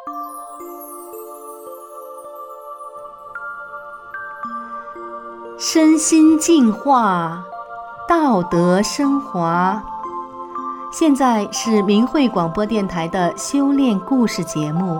身心净化，道德升华。现在是明慧广播电台的修炼故事节目。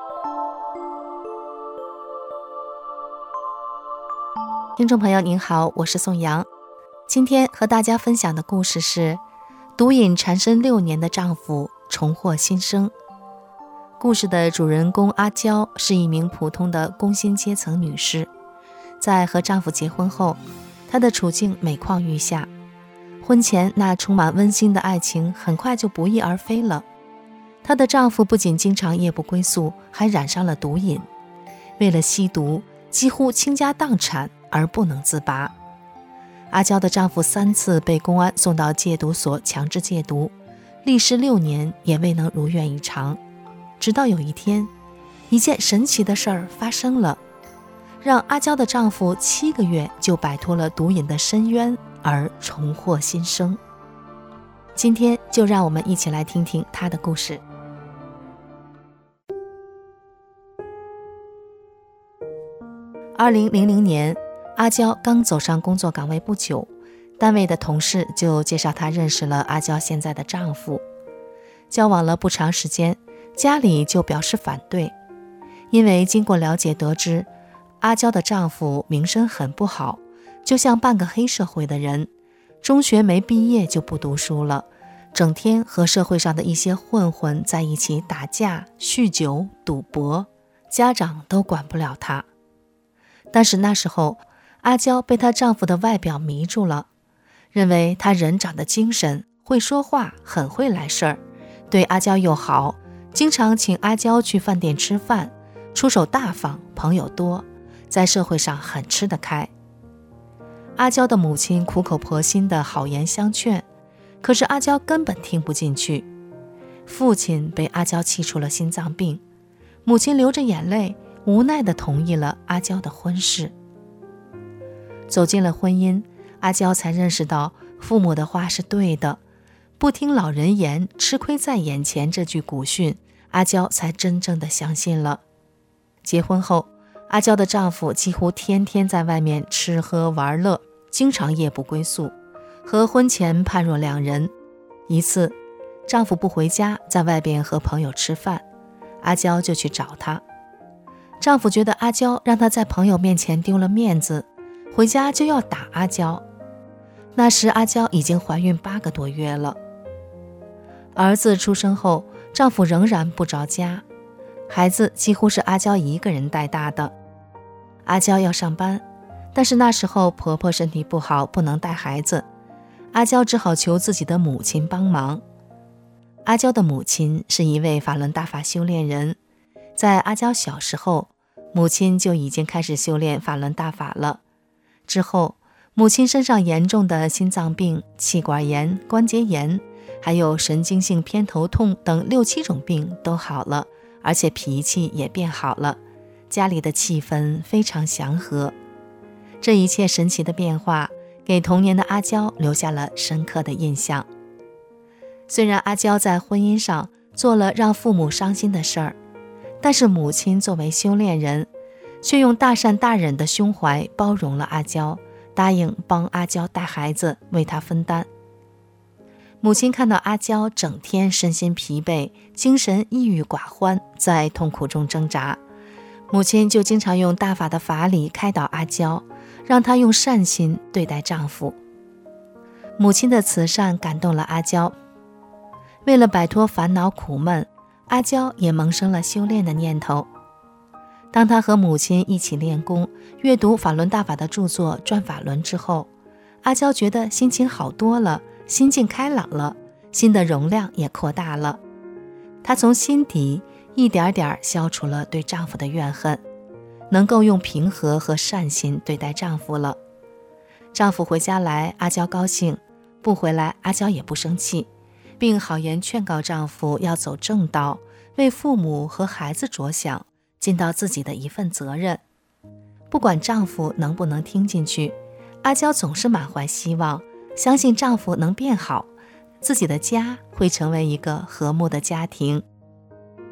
听众朋友您好，我是宋阳。今天和大家分享的故事是毒瘾缠身6年的丈夫重获新生。故事的主人公阿娇是一名普通的工薪阶层女士，在和丈夫结婚后，她的处境每况愈下。婚前那充满温馨的爱情很快就不翼而飞了。她的丈夫不仅经常夜不归宿，还染上了毒瘾，为了吸毒几乎倾家荡产而不能自拔。阿娇的丈夫3次被公安送到戒毒所强制戒毒，历时6年也未能如愿以偿。直到有一天，一件神奇的事儿发生了，让阿娇的丈夫7个月就摆脱了毒瘾的深渊而重获新生。今天就让我们一起来听听她的故事。2000年，阿娇刚走上工作岗位不久，单位的同事就介绍她认识了阿娇现在的丈夫。交往了不长时间，家里就表示反对，因为经过了解得知，阿娇的丈夫名声很不好，就像半个黑社会的人，中学没毕业就不读书了，整天和社会上的一些混混在一起打架、酗酒、赌博，家长都管不了他。但是那时候，阿娇被她丈夫的外表迷住了，认为他人长得精神，会说话，很会来事儿，对阿娇又好，经常请阿娇去饭店吃饭，出手大方，朋友多，在社会上很吃得开。阿娇的母亲苦口婆心的好言相劝，可是阿娇根本听不进去。父亲被阿娇气出了心脏病，母亲流着眼泪，无奈地同意了阿娇的婚事。走进了婚姻，阿娇才认识到父母的话是对的，不听老人言，吃亏在眼前这句古训，阿娇才真正的相信了。结婚后，阿娇的丈夫几乎天天在外面吃喝玩乐，经常夜不归宿，和婚前判若两人。一次，丈夫不回家，在外边和朋友吃饭，阿娇就去找他。丈夫觉得阿娇让他在朋友面前丢了面子，回家就要打阿娇。那时阿娇已经怀孕8个多月了。儿子出生后，丈夫仍然不着家，孩子几乎是阿娇一个人带大的。阿娇要上班，但是那时候婆婆身体不好，不能带孩子，阿娇只好求自己的母亲帮忙。阿娇的母亲是一位法轮大法修炼人，在阿娇小时候，母亲就已经开始修炼法轮大法了。之后，母亲身上严重的心脏病、气管炎、关节炎，还有神经性偏头痛等6、7种病都好了，而且脾气也变好了，家里的气氛非常祥和。这一切神奇的变化，给童年的阿娇留下了深刻的印象。虽然阿娇在婚姻上做了让父母伤心的事儿，但是母亲作为修炼人，却用大善大忍的胸怀包容了阿娇，答应帮阿娇带孩子，为她分担。母亲看到阿娇整天身心疲惫，精神抑郁寡欢，在痛苦中挣扎，母亲就经常用大法的法理开导阿娇，让她用善心对待丈夫。母亲的慈善感动了阿娇，为了摆脱烦恼苦闷，阿娇也萌生了修炼的念头。当她和母亲一起练功，阅读法轮大法的著作《转法轮》之后，阿娇觉得心情好多了，心境开朗了，心的容量也扩大了。她从心底一点点消除了对丈夫的怨恨，能够用平和和善心对待丈夫了。丈夫回家来，阿娇高兴；不回来，阿娇也不生气，并好言劝告丈夫要走正道，为父母和孩子着想，尽到自己的一份责任。不管丈夫能不能听进去，阿娇总是满怀希望，相信丈夫能变好，自己的家会成为一个和睦的家庭。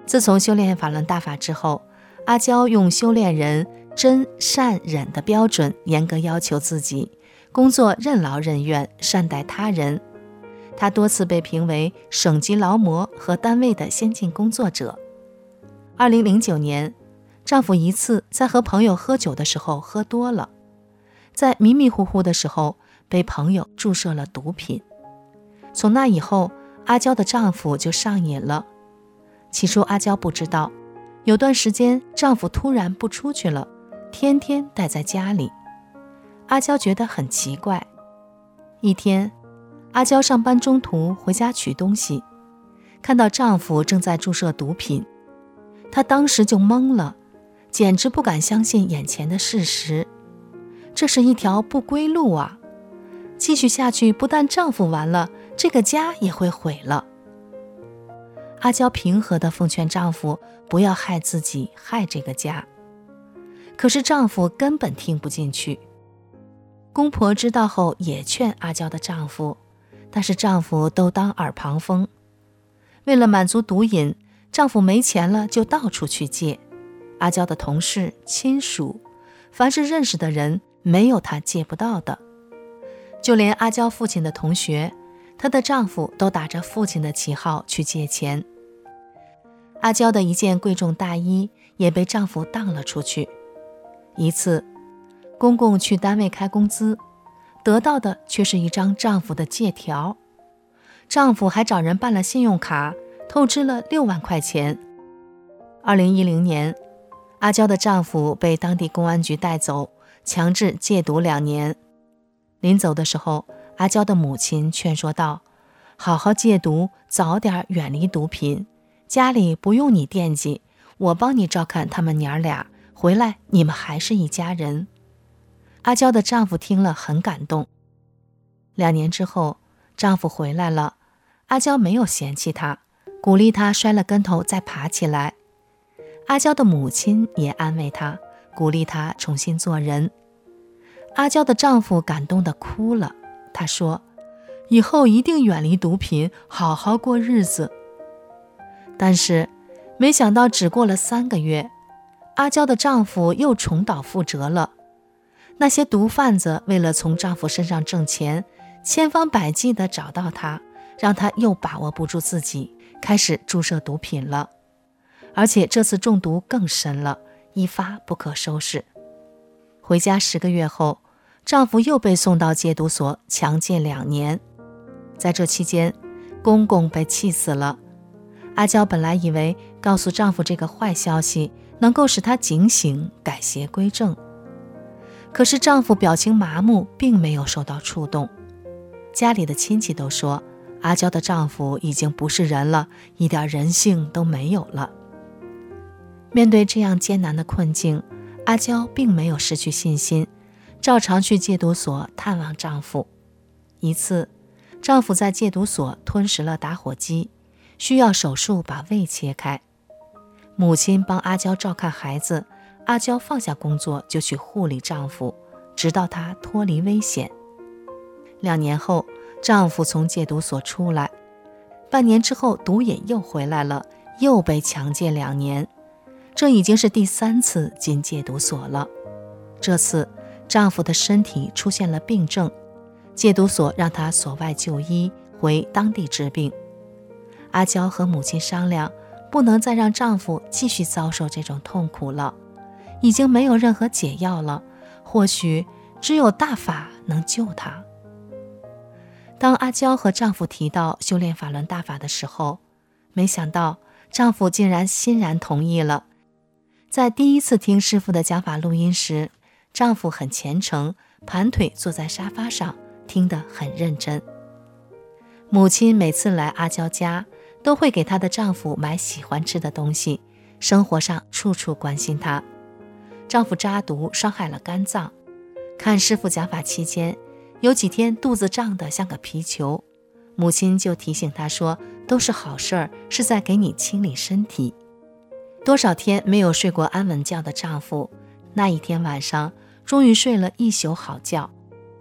自从修炼法轮大法之后，阿娇用修炼人真善忍的标准严格要求自己，工作任劳任怨，善待他人。她多次被评为省级劳模和单位的先进工作者。2009年，丈夫一次在和朋友喝酒的时候喝多了，在迷迷糊糊的时候被朋友注射了毒品。从那以后，阿娇的丈夫就上瘾了。起初阿娇不知道，有段时间丈夫突然不出去了，天天待在家里。阿娇觉得很奇怪。一天，阿娇上班中途回家取东西，看到丈夫正在注射毒品，她当时就懵了，简直不敢相信眼前的事实。这是一条不归路啊！继续下去，不但丈夫完了，这个家也会毁了。阿娇平和地奉劝丈夫不要害自己，害这个家。可是丈夫根本听不进去。公婆知道后也劝阿娇的丈夫，但是丈夫都当耳旁风。为了满足毒瘾，丈夫没钱了就到处去借。阿娇的同事、亲属，凡是认识的人，没有她借不到的。就连阿娇父亲的同学，她的丈夫都打着父亲的旗号去借钱。阿娇的一件贵重大衣也被丈夫当了出去。一次，公公去单位开工资，得到的却是一张丈夫的借条。丈夫还找人办了信用卡，透支了6万块钱。2010年，阿娇的丈夫被当地公安局带走，强制戒毒2年。临走的时候，阿娇的母亲劝说道：好好戒毒，早点远离毒品，家里不用你惦记，我帮你照看他们娘俩，回来你们还是一家人。阿娇的丈夫听了很感动。2年之后，丈夫回来了，阿娇没有嫌弃他，鼓励他摔了跟头再爬起来。阿娇的母亲也安慰她，鼓励她重新做人。阿娇的丈夫感动得哭了，他说：以后一定远离毒品，好好过日子。但是没想到只过了3个月，阿娇的丈夫又重蹈覆辙了。那些毒贩子为了从丈夫身上挣钱，千方百计地找到他，让他又把握不住自己，开始注射毒品了。而且这次中毒更深了，一发不可收拾。回家10个月后，丈夫又被送到戒毒所强戒2年。在这期间，公公被气死了。阿娇本来以为告诉丈夫这个坏消息能够使他警醒，改邪归正。可是丈夫表情麻木，并没有受到触动。家里的亲戚都说，阿娇的丈夫已经不是人了，一点人性都没有了。面对这样艰难的困境，阿娇并没有失去信心，照常去戒毒所探望丈夫。一次，丈夫在戒毒所吞食了打火机，需要手术把胃切开。母亲帮阿娇照看孩子，阿娇放下工作就去护理丈夫，直到他脱离危险。2年后，丈夫从戒毒所出来，半年之后毒瘾又回来了，又被强戒2年。这已经是第3次进戒毒所了。这次丈夫的身体出现了病症，戒毒所让他所外就医，回当地治病。阿娇和母亲商量，不能再让丈夫继续遭受这种痛苦了，已经没有任何解药了，或许只有大法能救他。当阿娇和丈夫提到修炼法轮大法的时候，没想到丈夫竟然欣然同意了。在第一次听师父的讲法录音时，丈夫很虔诚，盘腿坐在沙发上，听得很认真。母亲每次来阿娇家，都会给她的丈夫买喜欢吃的东西，生活上处处关心她。丈夫扎毒伤害了肝脏，看师父讲法期间，有几天肚子胀得像个皮球，母亲就提醒他说，都是好事儿，是在给你清理身体。多少天没有睡过安稳觉的丈夫，那一天晚上终于睡了一宿好觉。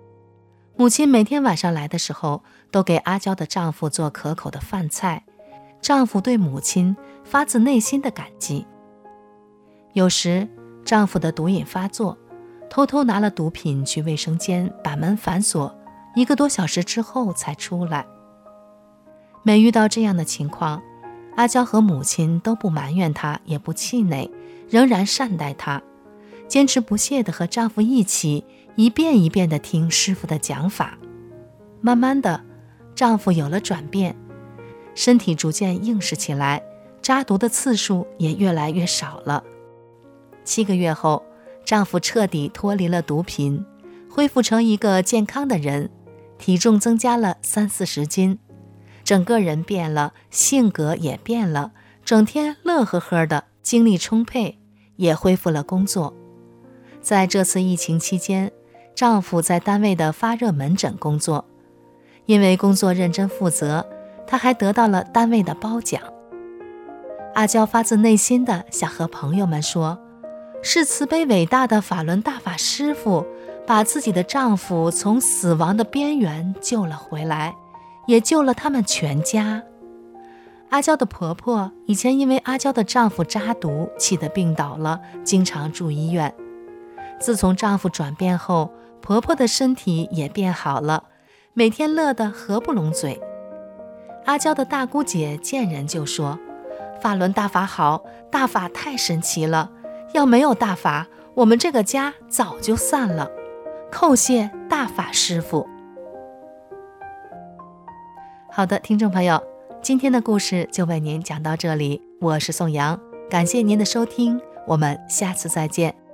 母亲每天晚上来的时候，都给阿娇的丈夫做可口的饭菜， 丈夫对母亲发自内心的感激。有时丈夫的毒瘾发作，偷偷拿了毒品去卫生间，把门反锁，1个多小时之后才出来。每遇到这样的情况，阿娇和母亲都不埋怨她，也不气馁，仍然善待她，坚持不懈地和丈夫一起一遍一遍地听师傅的讲法。慢慢的，丈夫有了转变，身体逐渐硬实起来，扎毒的次数也越来越少了。7个月后，丈夫彻底脱离了毒品，恢复成一个健康的人，体重增加了30-40斤，整个人变了，性格也变了，整天乐呵呵的，精力充沛，也恢复了工作。在这次疫情期间，丈夫在单位的发热门诊工作，因为工作认真负责，他还得到了单位的褒奖。阿娇发自内心的想和朋友们说，是慈悲伟大的法轮大法师父把自己的丈夫从死亡的边缘救了回来，也救了他们全家。阿娇的婆婆以前因为阿娇的丈夫扎毒气得病倒了，经常住医院。自从丈夫转变后，婆婆的身体也变好了，每天乐得合不拢嘴。阿娇的大姑姐见人就说，法轮大法好，大法太神奇了，要没有大法，我们这个家早就散了，叩谢大法师父。好的，听众朋友，今天的故事就为您讲到这里，我是宋阳，感谢您的收听，我们下次再见。